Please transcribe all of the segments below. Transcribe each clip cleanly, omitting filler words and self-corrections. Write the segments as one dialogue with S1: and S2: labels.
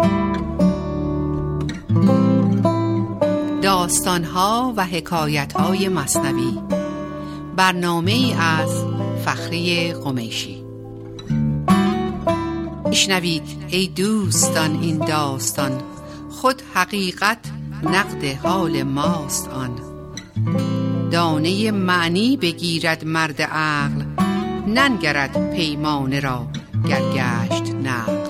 S1: داستان‌ها و حکایت‌های مثنوی، برنامه‌ای از فخری قمیشی. اشنوید ای دوستان این داستان، خود حقیقت نقد حال ماست آن. دانه معنی بگیرد مرد عقل، ننگرد پیمانه را گرگشت نقل.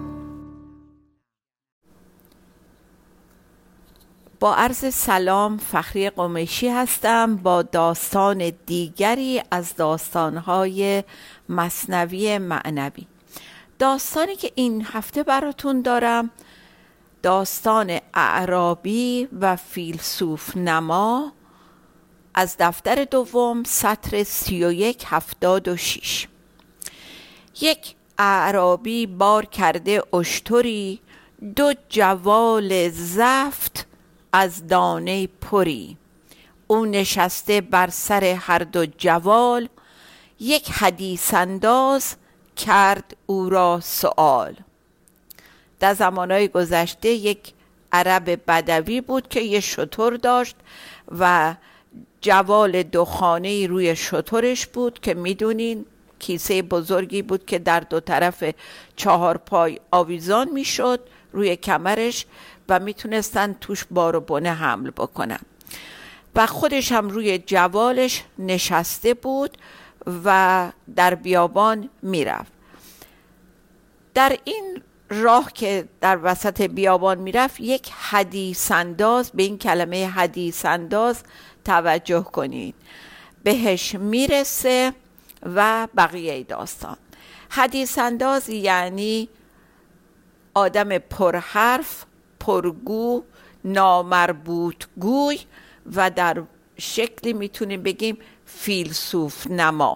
S2: با عرض سلام، فخری قمیشی هستم با داستان دیگری از داستان‌های مثنوی معنوی. داستانی که این هفته براتون دارم داستان اعرابی و فیلسوف نما از دفتر دوم سطر 3176. یک اعرابی بار کرده اشتری، دو جوال زفت از دانه پری. او نشسته بر سر هر دو جوال، یک حدیث انداز کرد او را سؤال. در زمانهای گذشته یک عرب بدوی بود که یه شتر داشت و جوال دخانه‌ای روی شترش بود که میدونین کیسه بزرگی بود که در دو طرف 4 پای آویزان میشد روی کمرش و میتونستن توش بار و بنه حمل بکنن و خودش هم روی جوالش نشسته بود و در بیابان میرفت. در این راه که در وسط بیابان میرفت یک حدیث انداز، به این کلمه حدیث انداز توجه کنید، بهش میرسه و بقیه داستان. حدیث انداز یعنی آدم پرحرف، پرگو، نامربوط گوی و در شکلی میتونیم بگیم فیلسوف نما.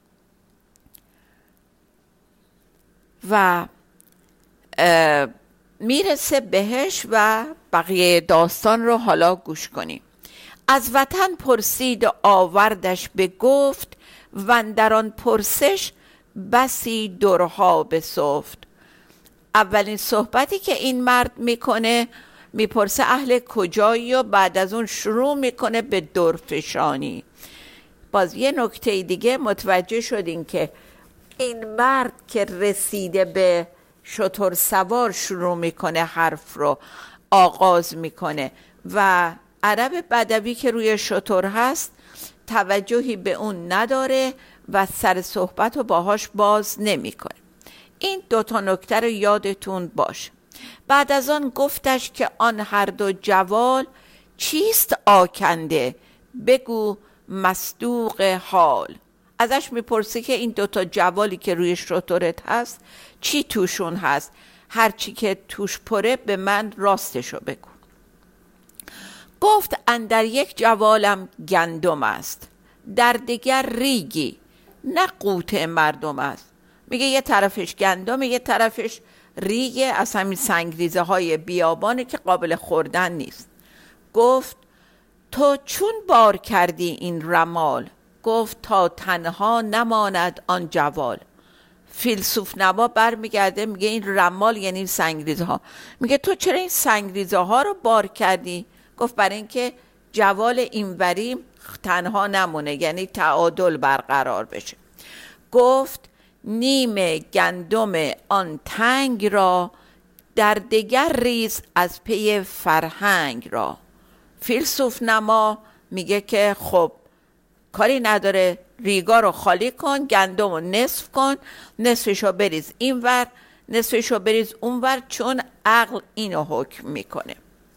S2: و میرسه بهش و بقیه داستان رو حالا گوش کنیم. از وطن پرسید و آوردش به گفت، و اندر آن پرسش بسی درها بسفت. اولین صحبتی که این مرد میکنه میپرسه اهل کجایی و بعد از اون شروع میکنه به درفشانی. باز یه نکته دیگه متوجه شدین که این مرد که رسیده به شتر سوار شروع میکنه حرف رو آغاز میکنه و عرب بدوی که روی شتر هست توجهی به اون نداره و سر صحبت رو باهاش باز نمیکنه. این 2 نکته رو یادتون باشه. بعد از آن گفتش که آن هر دو جوال چیست آکنده، بگو مصدوق حال. ازش میپرسه که این 2 جوالی که روی شترت هست چی توشون هست، هرچی که توش پره به من راستشو بگو. گفت اندر یک جوالم گندم است، در دیگر ریگی، نه قوت مردم است. میگه یه طرفش گندمه یه طرفش ریگه، از همین سنگریزه های بیابانه که قابل خوردن نیست. گفت تو چون بار کردی این رمال؟ گفت تا تنها نماند آن جوال. فیلسوف نما برمیگرده میگه این رمال یعنی سنگریزه ها. میگه تو چرا این سنگریزه ها رو بار کردی؟ گفت برای اینکه جوال اینوری تنها نمونه، یعنی تعادل برقرار بشه. گفت نیم گندم آن تنگ را، در دیگر ریز از پی فرهنگ را. فیلسوف نما میگه که خب کاری نداره، ریگا رو خالی کن، گندم رو نصف کن، نصفشو بریز اینور نصفشو بریز اونور، چون عقل اینو حکم میکنه.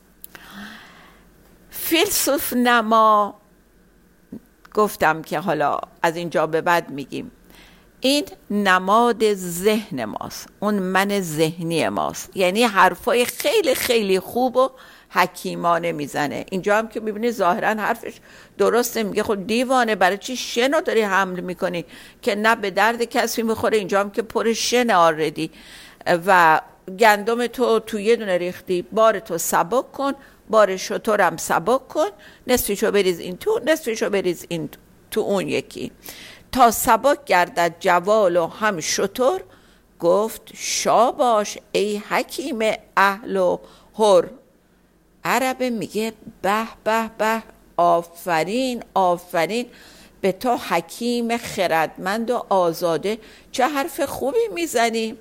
S2: فیلسوف نما گفتم که حالا از اینجا به بعد میگیم این نماد ذهن ماست، اون من ذهنی ماست، یعنی حرفای خیلی خیلی خوب و حکیمانه میزنه. اینجا هم که میبینی ظاهرا حرفش درسته، میگه خود دیوانه برای چی شنو داری حمل میکنی که نه به درد کسی میخوره. اینجا هم که پر شن آردی و گندم تو یه دونه ریختی، بار تو سبک کن، بار شترم سبک کن، نصفشو بریز این تو، نصفشو بریز این تو اون یکی، تا سبک گردد جوال و هم شتر، گفت شاباش ای حکیم اهل و حر. عربه میگه به به به، آفرین آفرین به تو حکیم خردمند و آزاده، چه حرف خوبی میزنی.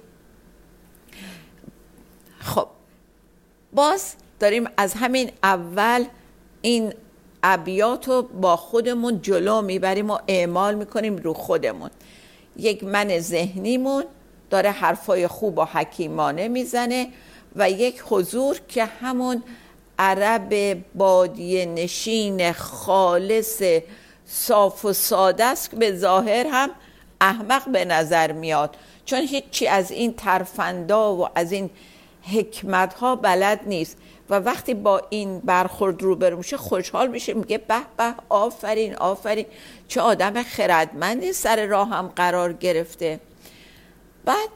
S2: خب باز داریم از همین اول این ابیات رو با خودمون جلو میبریم و اعمال میکنیم رو خودمون. یک من ذهنیمون داره حرفای خوب و حکیمانه میزنه و یک حضور که همون عرب بادیه نشین خالص صاف و ساده است که به ظاهر هم احمق به نظر میاد، چون هیچی از این ترفندا و از این حکمت ها بلد نیست و وقتی با این برخورد روبرو میشه خوشحال میشه، میگه به به آفرین آفرین، چه آدم خردمندی سر راه هم قرار گرفته. بعد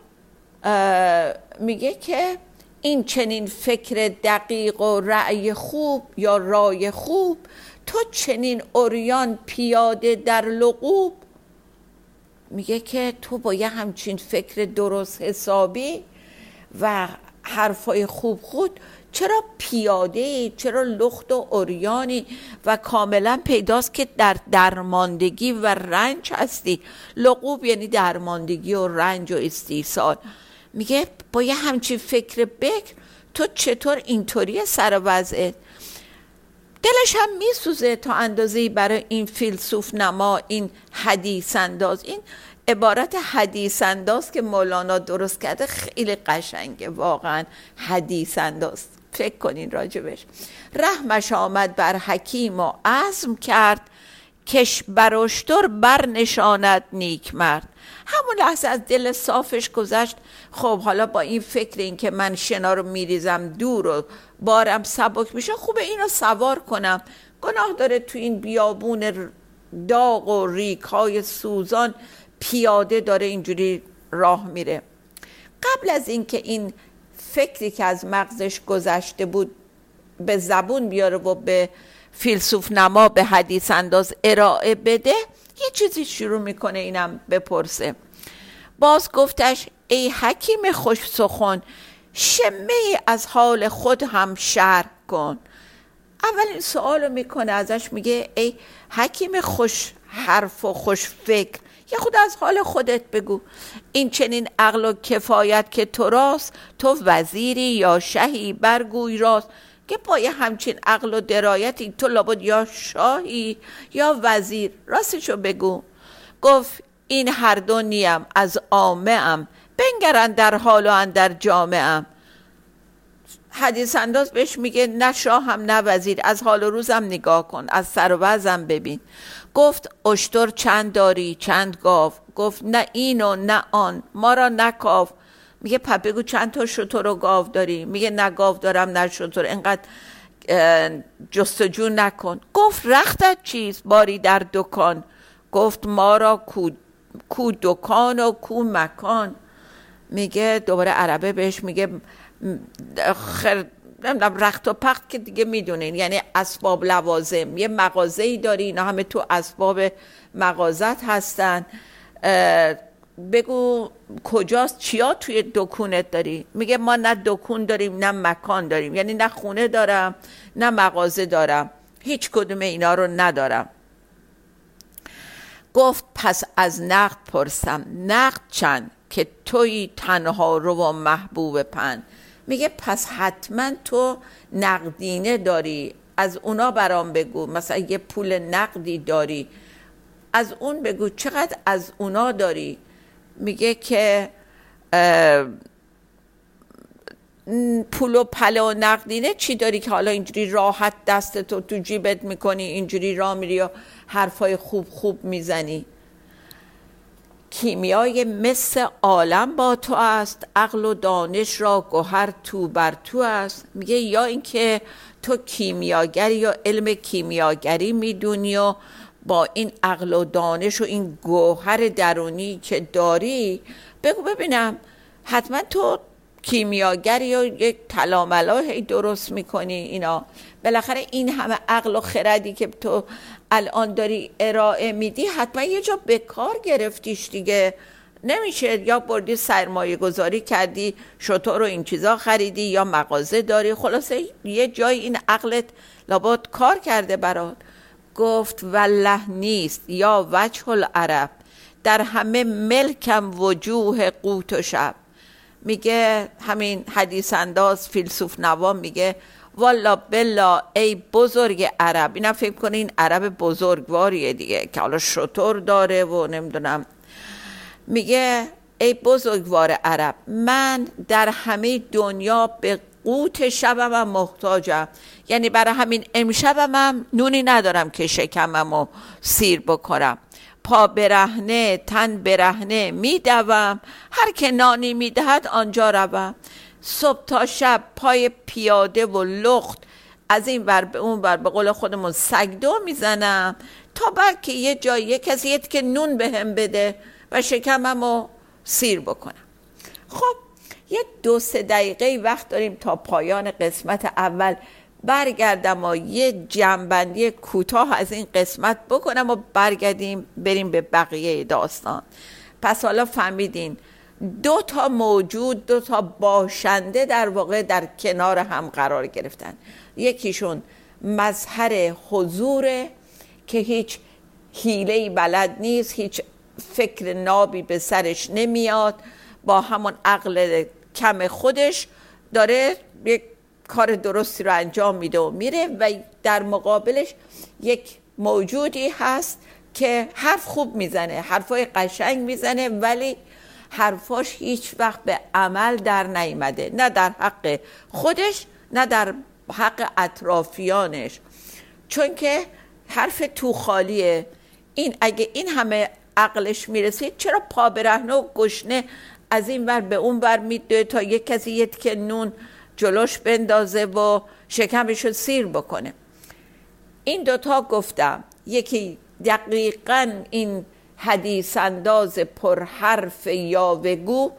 S2: میگه که این چنین فکر دقیق و رأی خوب یا رای خوب، تو چنین عریان پیاده در لغوب. میگه که تو با یه همچین فکر درست حسابی و حرفای خوب خود چرا پیاده، چرا لخت و عریانی و کاملا پیداست که در درماندگی و رنج هستی. لغوب یعنی درماندگی و رنج و استیصال. میگه با یه همچین فکر بکر تو چطور اینطوری سر وضعت. دلش هم میسوزه تا اندازه‌ای برای این فیلسوف نما، این حدیث انداز. این عبارت حدیث انداز که مولانا درست کرده خیلی قشنگه واقعا. حدیث انداز، فکر کنین راجبش. رحمش آمد بر حکیم و عزم کرد، کش براشتر برنشاند نیک مرد. همون لحظه از دل صافش گذشت، خب حالا با این فکر این که من شنا رو میریزم دور و بارم سبک میشه، خوبه اینو سوار کنم. گناه داره تو این بیابون داغ و ریک های سوزان پیاده داره اینجوری راه میره. قبل از این که این فکری که از مغزش گذشته بود به زبون بیاره و به فیلسوف نما، به حدیث انداز ارائه بده، یه چیزی شروع میکنه اینم بپرسه. باز گفتش ای حکیم خوش سخن، شمه از حال خود هم شرح کن. اولین سوالو میکنه ازش، میگه ای حکیم خوش حرف و خوش فکر، یه خود از حال خودت بگو. این چنین عقل و کفایت که تو راست، تو وزیری یا شهی برگوی راست. که با یه همچین عقل و درایتی تو لابد یا شاهی یا وزیر، راستشو بگو. گفت این هر دو نیم از عامه ام، بنگرن در حال و اندر جامعه ام. حدیث انداز بهش میگه نه شاه هم نه وزیر، از حال و روزم نگاه کن، از سر و وضعم ببین. گفت اشتر چند داری چند گاو؟ گفت نه این و نه آن، ما را نکاف. میگه پس بگو چند تا شتر و گاو داری؟ میگه نه گاو دارم نه شتر، اینقدر جستجو نکن. گفت رختت چیست باری در دکان؟ گفت ما را کو دکان و کو مکان. میگه دوباره عربه بهش میگه رخت و پخت که دیگه میدونین یعنی اسباب لوازم. یه مغازه‌ای داری، اینا همه تو اسباب مغازت هستن، بگو کجاست، چیا توی دکونت داری؟ میگه ما نه دکون داریم نه مکان داریم، یعنی نه خونه دارم نه مغازه دارم، هیچ کدوم اینا رو ندارم. گفت پس از نقد پرسم، نقد چند که توی تنها رو و محبوب پن. میگه پس حتما تو نقدینه داری، از اونا برام بگو. مثلا یه پول نقدی داری، از اون بگو چقدر از اونا داری. میگه که پول و پله و نقدینه چی داری که حالا اینجوری راحت دستتو تو جیبت میکنی، اینجوری راه میری و حرفای خوب میزنی؟ کیمیای مس عالم با تو است، عقل و دانش را گوهر تو بر تو است. میگه یا اینکه تو کیمیاگری یا علم کیمیاگری میدونی و با این عقل و دانش و این گوهر درونی که داری بگو ببینم، حتما تو کیمیاگری یا یک تلاملاهی درست میکنی. اینا بالاخره این همه عقل و خردی که تو الان داری ارائه میدی حتما یه جا به کار گرفتیش دیگه. نمیشه. یا بردی سرمایه گذاری کردی، شتر رو این چیزا خریدی، یا مغازه داری، خلاصه یه جای این عقلت لابد کار کرده برات. گفت والله نیست، یا وجه العرب در همه ملکم وجوه قوت و شب. میگه همین حدیث انداز فیلسوف نوا میگه والا بلا ای بزرگ عرب. اینا فکر کنه این عرب بزرگواریه دیگه که حالا شتر داره و نمیدونم. میگه ای بزرگوار عرب، من در همه دنیا به قوت شبم هم محتاجم. یعنی برای همین امشبم هم نونی ندارم که شکمم رو سیر بکنم. پا برهنه تن برهنه میدوم، هر که نانی میدهد آنجا روم. صبح تا شب پای پیاده و لخت از این ور به اون ور به قول خودمون سگدو میزنم تا بلکه یه جایی کسی که نون بهم بده و شکمم رو سیر بکنم. خب یه 2-3 دقیقه وقت داریم تا پایان قسمت اول برگردم و یه جمع‌بندی کوتاه از این قسمت بکنم و برگردیم بریم به بقیه داستان. پس حالا فهمیدین 2 تا موجود، 2 تا باشنده در واقع در کنار هم قرار گرفتن. یکیشون مظهر حضوره که هیچ حیله‌ای بلد نیست، هیچ فکر نابی به سرش نمیاد، با همون عقل کم خودش داره یک کار درستی رو انجام میده و میره. و در مقابلش یک موجودی هست که حرف خوب میزنه، حرفای قشنگ میزنه، ولی حرفاش هیچ وقت به عمل در نیامده، نه در حق خودش نه در حق اطرافیانش، چون که حرف تو خالیه. این اگه این همه عقلش میرسید چرا پا برهنه و گشنه از این ور به اون ور میده تا یک کسی یه تیکه نون جلوش بندازه و شکمشو سیر بکنه؟ این 2 تا گفتم، یکی دقیقاً این حدیث انداز پرحرف یاوه‌گو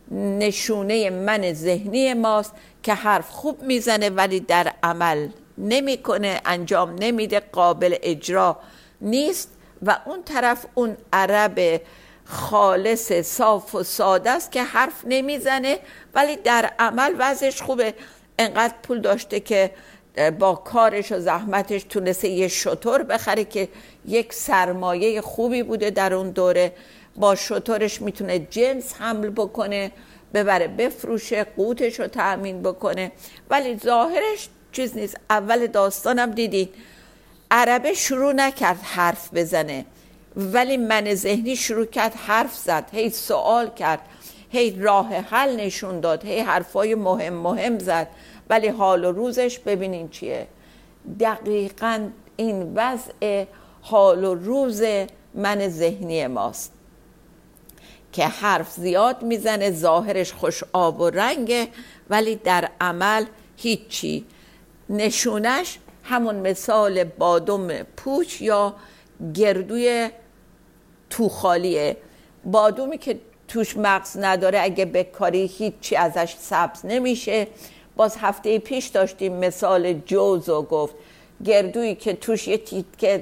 S2: نشونه من ذهنی ماست که حرف خوب میزنه ولی در عمل نمیکنه، انجام نمیده، قابل اجرا نیست. و اون طرف اون عرب خالص صاف و ساده است که حرف نمیزنه ولی در عمل وضعش خوبه، انقدر پول داشته که با کارش و زحمتش تونسته یه شتر بخره که یک سرمایه خوبی بوده در اون دوره. با شترش میتونه جنس حمل بکنه، ببره بفروشه، قوتش رو تأمین بکنه، ولی ظاهرش چیز نیست. اول داستانم دیدین عربه شروع نکرد حرف بزنه ولی من ذهنی شروع کرد حرف زد، هی سوال کرد، هی راه حل نشون داد، هی حرفای مهم زد، ولی حال و روزش ببینین چیه. دقیقاً این وضع حال و روز من ذهنی ماست که حرف زیاد میزنه، ظاهرش خوش آب و رنگه ولی در عمل هیچی. نشونش همون مثال بادم پوچ یا گردوی توخالیه. بادومی که توش مغز نداره اگه بکاری هیچی ازش سبز نمیشه. باز هفته پیش داشتیم مثال جوزو گفت، گردویی که توش یه تیکه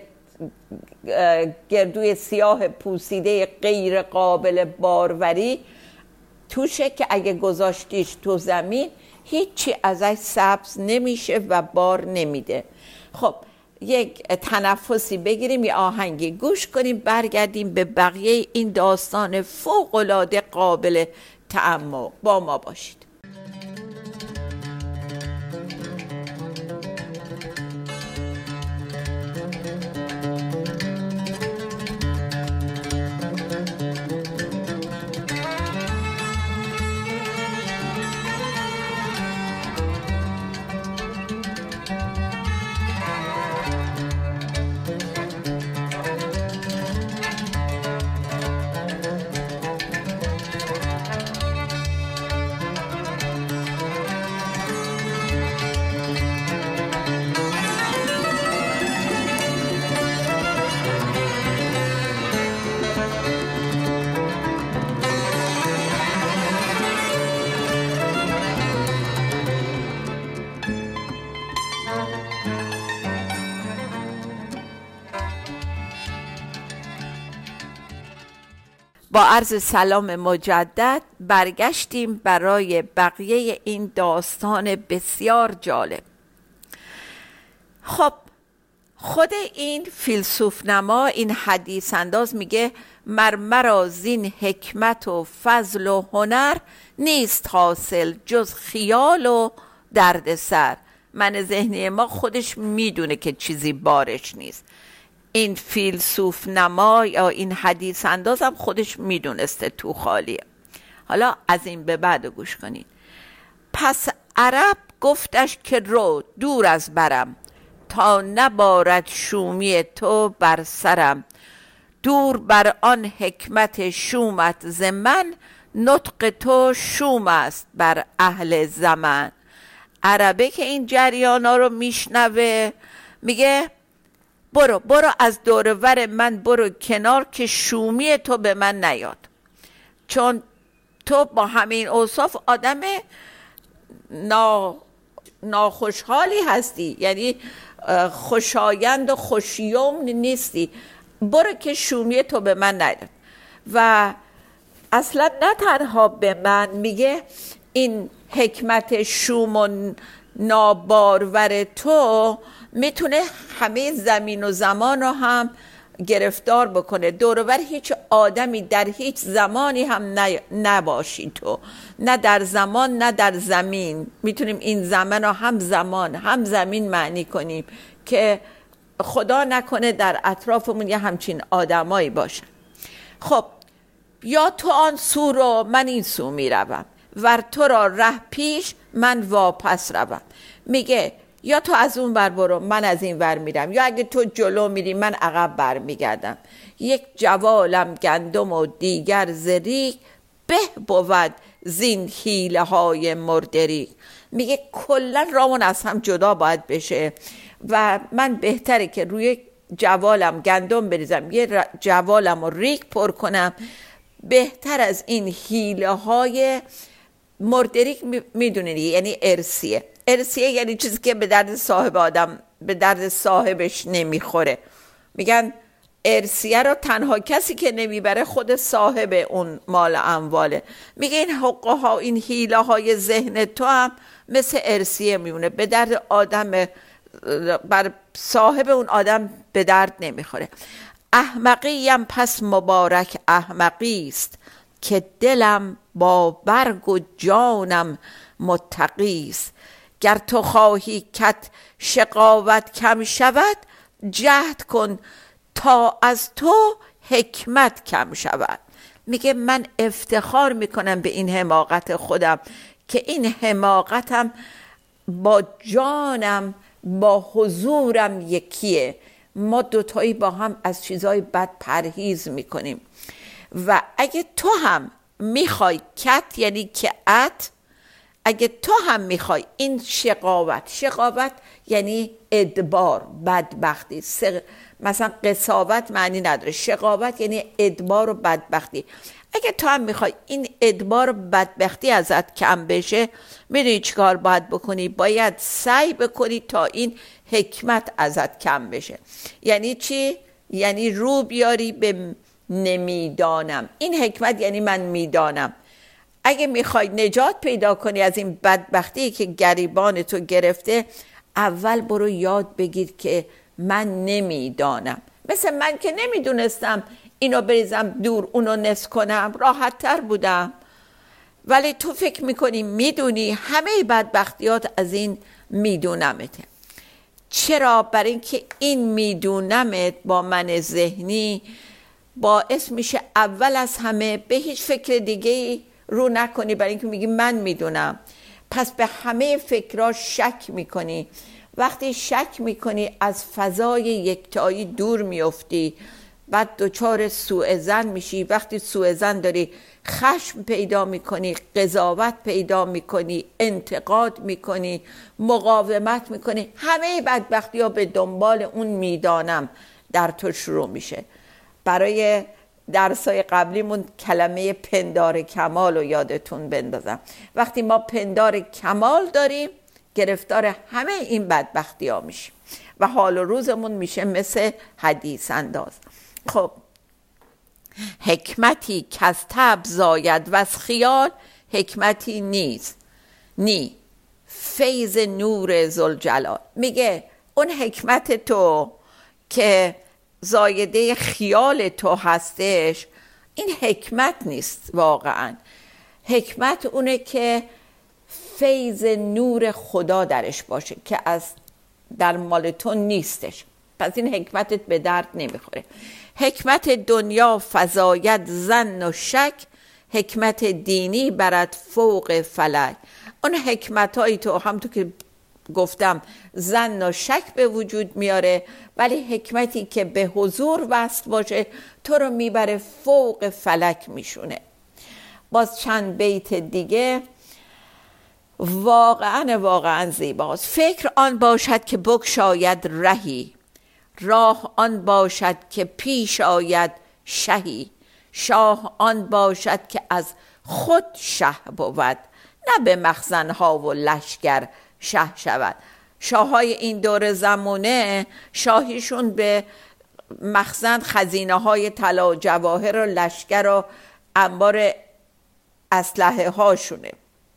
S2: گردوی سیاه پوسیده غیر قابل باروری توشه که اگه گذاشتیش تو زمین هیچی ازش سبز نمیشه و بار نمیده. خب یک تنفسی بگیریم، یه آهنگی گوش کنیم، برگردیم به بقیه این داستان فوق‌العاده قابل تأمل. با ما باشید. با عرض سلام مجدد برگشتیم برای بقیه این داستان بسیار جالب. خب خود این فیلسوف نما، این حدیث انداز میگه مرا زین حکمت و فضل و هنر نیست حاصل جز خیال و درد سر. من ذهنی ما خودش میدونه که چیزی بارش نیست. این فیلسوف نما یا این حدیث انداز هم خودش میدونسته تو خالیه. حالا از این به بعد گوش کنید. پس عرب گفتش که رو دور از برم، تا نبارد شومی تو بر سرم. دور بر آن حکمت شومت ز من، نطق تو شوم است بر اهل زمن. عربه که این جریانا رو میشنوه میگه برو از دورور من برو کنار که شومی تو به من نیاد، چون تو با همین اوصاف آدم ناخوشحالی هستی، یعنی خوشایند و خوشیوم نیستی، برو که شومی تو به من نیاد. و اصلا نه تنها به من میگه این حکمت شوم و نابارور تو میتونه همه زمین و زمان رو هم گرفتار بکنه. دوروبر هیچ آدمی در هیچ زمانی هم نباشی تو، نه در زمان نه در زمین. میتونیم این زمان رو هم زمان هم زمین معنی کنیم که خدا نکنه در اطرافمون یه همچین آدمایی باشن. خب یا تو آن سو رو من این سو میروم، ور تو را ره پیش من واپس روم. میگه یا تو از اون ور برو من از این ور میرم، یا اگه تو جلو میری من عقب بر میگردم. یک جوالم گندم و دیگر زریک، به بود زین حیله های مردری. میگه کلا رامون از هم جدا باید بشه و من بهتره که روی جوالم گندم بریزم، یه جوالم رو ریک پر کنم، بهتر از این حیله های مردریک. میدونید یعنی ارثیه. ارثیه یعنی چیزی که به درد صاحب آدم، به درد صاحبش نمیخوره. میگن ارثیه رو تنها کسی که نمیبره خود صاحب اون مال امواله. میگه این حقه ها، این حیله های ذهن تو هم مثل ارثیه میمونه، به درد آدم، بر صاحب اون آدم به درد نمیخوره. احمقیم پس مبارک احمقی است، که دلم با برگ و جانم متقی است. گر تو خواهی کت شقاوت کم شود، جهد کن تا از تو حکمت کم شود. میگه من افتخار میکنم به این حماقت خودم که این حماقتم با جانم، با حضورم یکیه. ما دوتایی با هم از چیزای بد پرهیز میکنیم. و اگه تو هم میخوای کت یعنی کت، اگه تو هم میخوای این شقاوت یعنی ادبار، بدبختی. مثلا قساوت معنی نداره، شقاوت یعنی ادبار و بدبختی. اگه تو هم میخوای این ادبار و بدبختی ازت کم بشه، میدونی چیکار باید بکنی؟ باید سعی بکنی تا این حکمت ازت کم بشه. یعنی چی؟ یعنی رو بیاری به نمیدانم. این حکمت یعنی من میدانم. اگه میخوای نجات پیدا کنی از این بدبختی که گریبان تو گرفته، اول برو یاد بگیر که من نمیدانم. مثل من که نمیدونستم اینو بریزم دور اونو نصف کنم، راحت تر بودم. ولی تو فکر میکنی میدونی، همه بدبختیات از این میدونمته. چرا؟ برای اینکه این میدونمت با من ذهنی باعث میشه اول از همه به هیچ فکر دیگه رو نکنی، برای اینکه میگی من میدونم. پس به همه فکرها شک میکنی. وقتی شک میکنی از فضای یکتایی دور میفتی، بعد دچار سوء ظن میشی. وقتی سوء ظن داری، خشم پیدا میکنی، قضاوت پیدا میکنی، انتقاد میکنی، مقاومت میکنی. همه بدبختی ها به دنبال اون میدانم در تو شروع میشه. برای درسای قبلیمون کلمه پندار کمال رو یادتون بندازم. وقتی ما پندار کمال داریم، گرفتار همه این بدبختی ها میشیم و حال و روزمون میشه مثل حدیث انداز. خب حکمتی که از طبع زاید و از خیال حکمتی نیست نی فیض نور ذوالجلال. میگه اون حکمت تو که زایده خیال تو هستش، این حکمت نیست واقعا. حکمت اونه که فیض نور خدا درش باشه که از در مال تو نیستش، پس این حکمتت به درد نمیخوره. حکمت دنیا فزاید ظن و شک، حکمت دینی برد فوق فلک. اون حکمت های تو همونطور که گفتم ظن و شک به وجود میاره، ولی حکمتی که به حضور وصل باشه تو رو میبره فوق فلک میشونه. باز چند بیت دیگه واقعا زیباست. فکر آن باشد که بگشاید رهی، راه آن باشد که پیش آید شهی، شاه آن باشد که از خود شه بود، نه به مخزنها و لشکر شه شود. شاههای این دور زمانه شاهیشون به مخزن خزینه های طلا و جواهر و لشکر و انبار اسلحه هاشونه.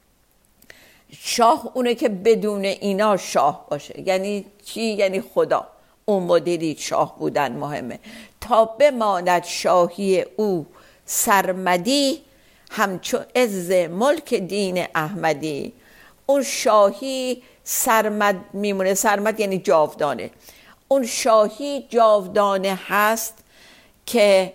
S2: شاه اونه که بدون اینا شاه باشه. یعنی چی؟ یعنی خدا. اون مدلی شاه بودن مهمه. تا بماند شاهی او سرمدی، همچو عز ملک دین احمدی. اون شاهی سرمد میمونه. سرمد یعنی جاودانه. اون شاهی جاودانه هست که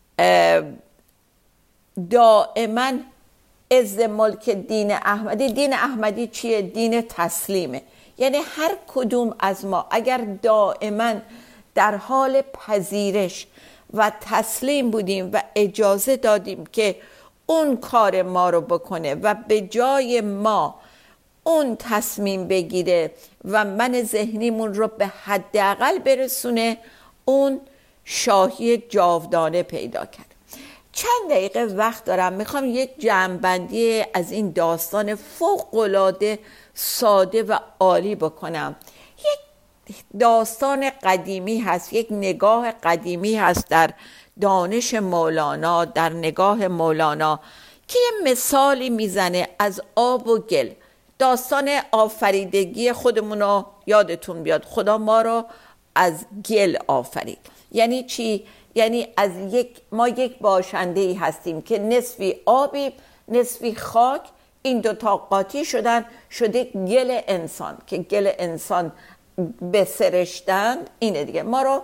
S2: دائما عز ملک دین احمدی. دین احمدی چیه؟ دین تسلیمه. یعنی هر کدوم از ما اگر دائما در حال پذیرش و تسلیم بودیم و اجازه دادیم که اون کار ما رو بکنه و به جای ما اون تصمیم بگیره و من ذهنیمون رو به حداقل برسونه، اون شاهی جاودانه پیدا کرد. چند دقیقه وقت دارم، میخوام یک جمع‌بندی از این داستان فوق‌العاده ساده و عالی بکنم. یک داستان قدیمی هست، یک نگاه قدیمی هست در دانش مولانا، در نگاه مولانا که یه مثالی میزنه از آب و گل. داستان آفریدگی خودمون رو یادتون بیاد. خدا ما رو از گل آفرید. یعنی چی؟ یعنی از ما یک باشنده‌ای هستیم که نصفی آبی نصفی خاک، این دوتا قاطی شدن شده گل انسان، که گل انسان بسرشتن اینه دیگه. ما رو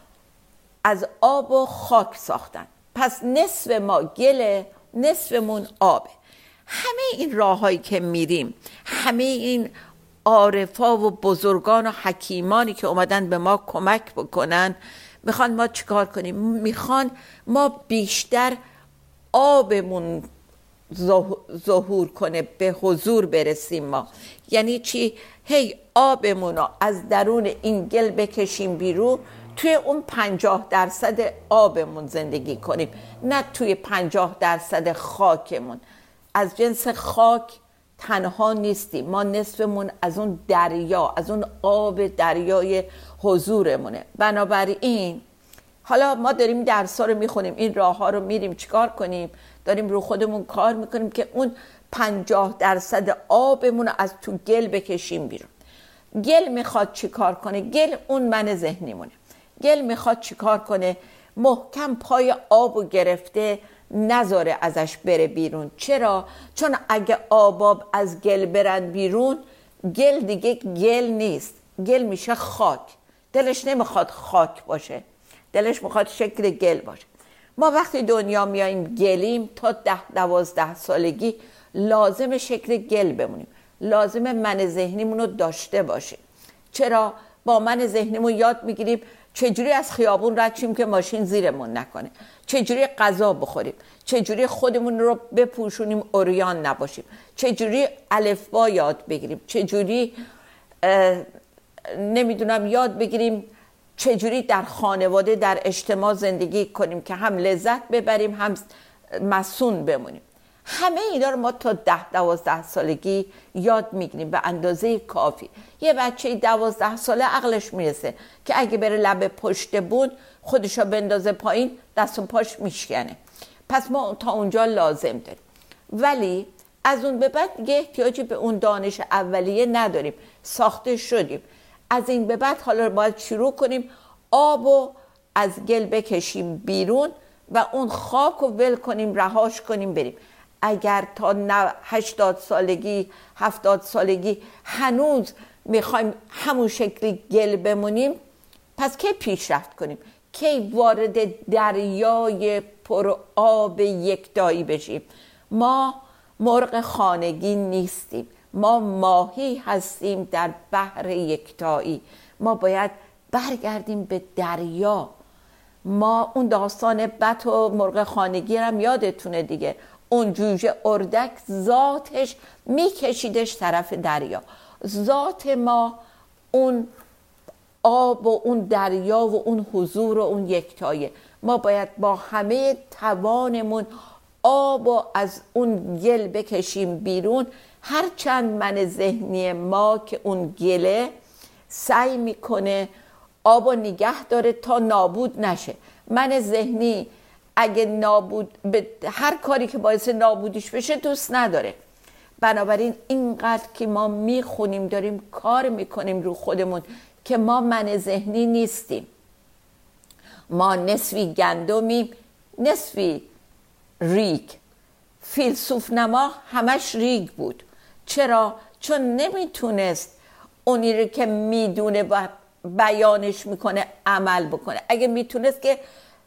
S2: از آب و خاک ساختن، پس نصف ما گله، نصفمون آبه. همه این راهایی که میریم، همه این عارفا و بزرگان و حکیمانی که اومدن به ما کمک بکنن، میخوان ما چیکار کنیم؟ میخوان ما بیشتر آبمون ظهور کنه، به حضور برسیم ما. یعنی چی؟ هی آبمون رو از درون این گل بکشیم بیرون، توی اون 50% آبمون زندگی کنیم، نه توی 50% خاکمون. از جنس خاک تنها نیستیم ما، نصفمون از اون دریا، از اون آب دریای حضورمونه. بنابراین حالا ما داریم درس‌ها رو میخونیم، این راه ها رو میریم، چیکار کنیم؟ داریم رو خودمون کار میکنیم که اون 50% آبمون رو از تو گل بکشیم بیرون. گل میخواد چیکار کنه؟ گل اون من ذهنیمونه. گل میخواد چیکار کنه؟ محکم پای آبو گرفته، نذاره ازش بره بیرون. چرا؟ چون اگه آباب از گل برن بیرون، گل دیگه گل نیست، گل میشه خاک. دلش نمیخواد خاک باشه، دلش میخواد شکل گل باشه. ما وقتی دنیا میاییم گلیم، تا 10-12 سالگی لازم شکل گل بمونیم، لازم من ذهنیمون رو داشته باشیم. چرا؟ با من ذهنیمون یاد میگیریم چجوری از خیابون رد شیم که ماشین زیرمون نکنه، چجوری غذا بخوریم، چجوری خودمون رو بپوشونیم عریان نباشیم، چجوری الفبا یاد بگیریم، چجوری نمیدونم یاد بگیریم چجوری در خانواده، در اجتماع زندگی کنیم که هم لذت ببریم هم مسون بمونیم. همه اینا رو ما تا 10-12 سالگی یاد میگیریم به اندازه کافی. یه بچه 12 ساله عقلش میرسه که اگه بره لب پشت بون خودشو بندازه پایین، دست و پاش میشکنه. پس ما تا اونجا لازم داریم، ولی از اون به بعد دیگه احتیاجی به اون دانش اولیه نداریم، ساخته شدیم. از این به بعد حالا باید شروع کنیم آبو از گل بکشیم بیرون و اون خاک رو ول کنیم، رهاش کنیم، بریم. اگر تا 80 سالگی 70 سالگی هنوز میخوایم همون شکلی گل بمونیم، پس کی پیشرفت کنیم؟ کی وارد دریای پر آب یکتایی بشیم؟ ما مرغ خانگی نیستیم، ما ماهی هستیم در بحر یکتایی. ما باید برگردیم به دریا. ما اون داستان بط و مرغ خانگی هم یادتونه دیگه، اون جوجه اردک ذاتش میکشیدش طرف دریا. ذات ما اون آب و اون دریا و اون حضور و اون یکتایه. ما باید با همه توانمون آب و از اون گل بکشیم بیرون. هرچند من ذهنی ما که اون گله سعی میکنه آب و نگه داره تا نابود نشه. من ذهنی اگه نابود به هر کاری که باعث نابودیش بشه دوست نداره. بنابراین اینقدر که ما میخونیم، داریم کار میکنیم رو خودمون که ما من ذهنی نیستیم. ما نصفی گندمیم، نصفی ریگ. فیلسوف نما همش ریگ بود. چرا؟ چون نمیتونست اونی رو که میدونه و بیانش میکنه عمل بکنه. اگه میتونست که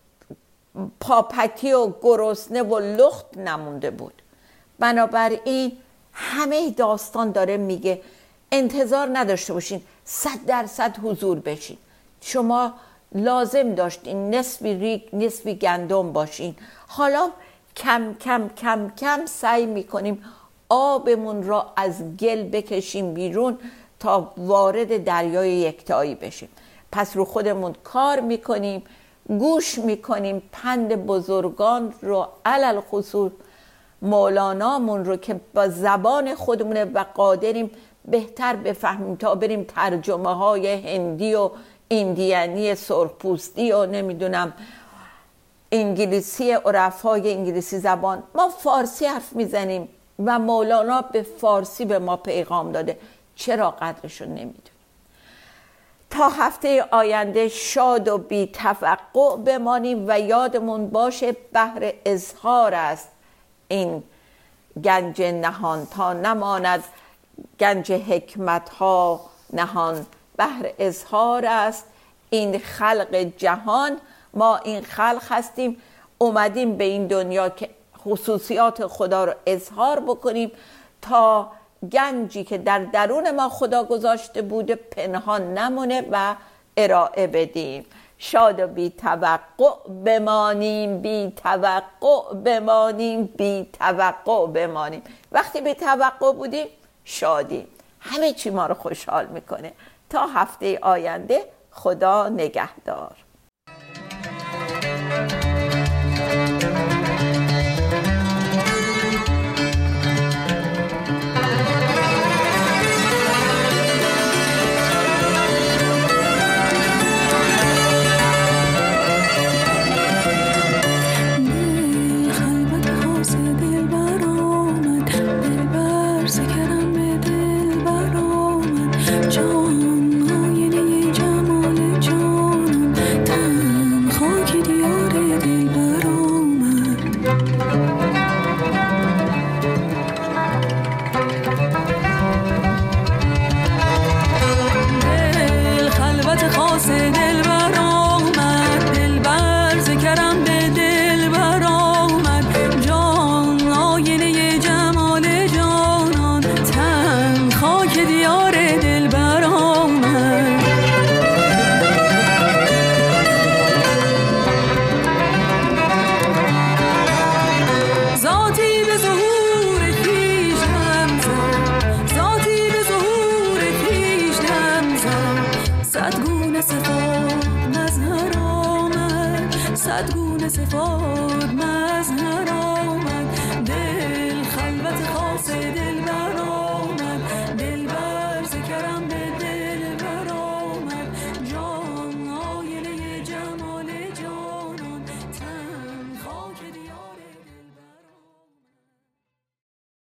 S2: پاپتی و گرسنه و لخت نمونده بود. بنابراین همه داستان داره میگه انتظار نداشته باشین 100% حضور بشین. شما لازم داشتین نصفی ریگ نصفی گندم باشین. حالا کم کم کم کم سعی میکنیم آبمون را از گل بکشیم بیرون تا وارد دریای یکتایی بشیم. پس رو خودمون کار میکنیم، گوش میکنیم پند بزرگان رو، علل خصوص مولانامون رو که با زبان خودمونه و قادریم بهتر بفهمیم تا بریم ترجمه های هندی و ایندیانی سرخپوستی و نمیدونم انگلیسی عرفای انگلیسی زبان. ما فارسی حرف میزنیم و مولانا به فارسی به ما پیغام داده، چرا قدرشو نمیدونیم؟ تا هفته آینده شاد و بی توقع بمانیم و یادمون باشه بحر اظهار است این گنج نهان، تا نماند گنج حکمت ها نهان. بحر اظهار است این خلق جهان. ما این خلق هستیم، اومدیم به این دنیا که خصوصیات خدا رو اظهار بکنیم تا گنجی که در درون ما خدا گذاشته بوده پنهان نمونه و ارائه بدیم. شاد و بی توقع بمانیم، بی توقع بمانیم، بی توقع بمانیم. وقتی بی توقع بودیم شادیم، همه چی ما رو خوشحال میکنه. تا هفته آینده، خدا نگهدار.
S3: صدگونه صفات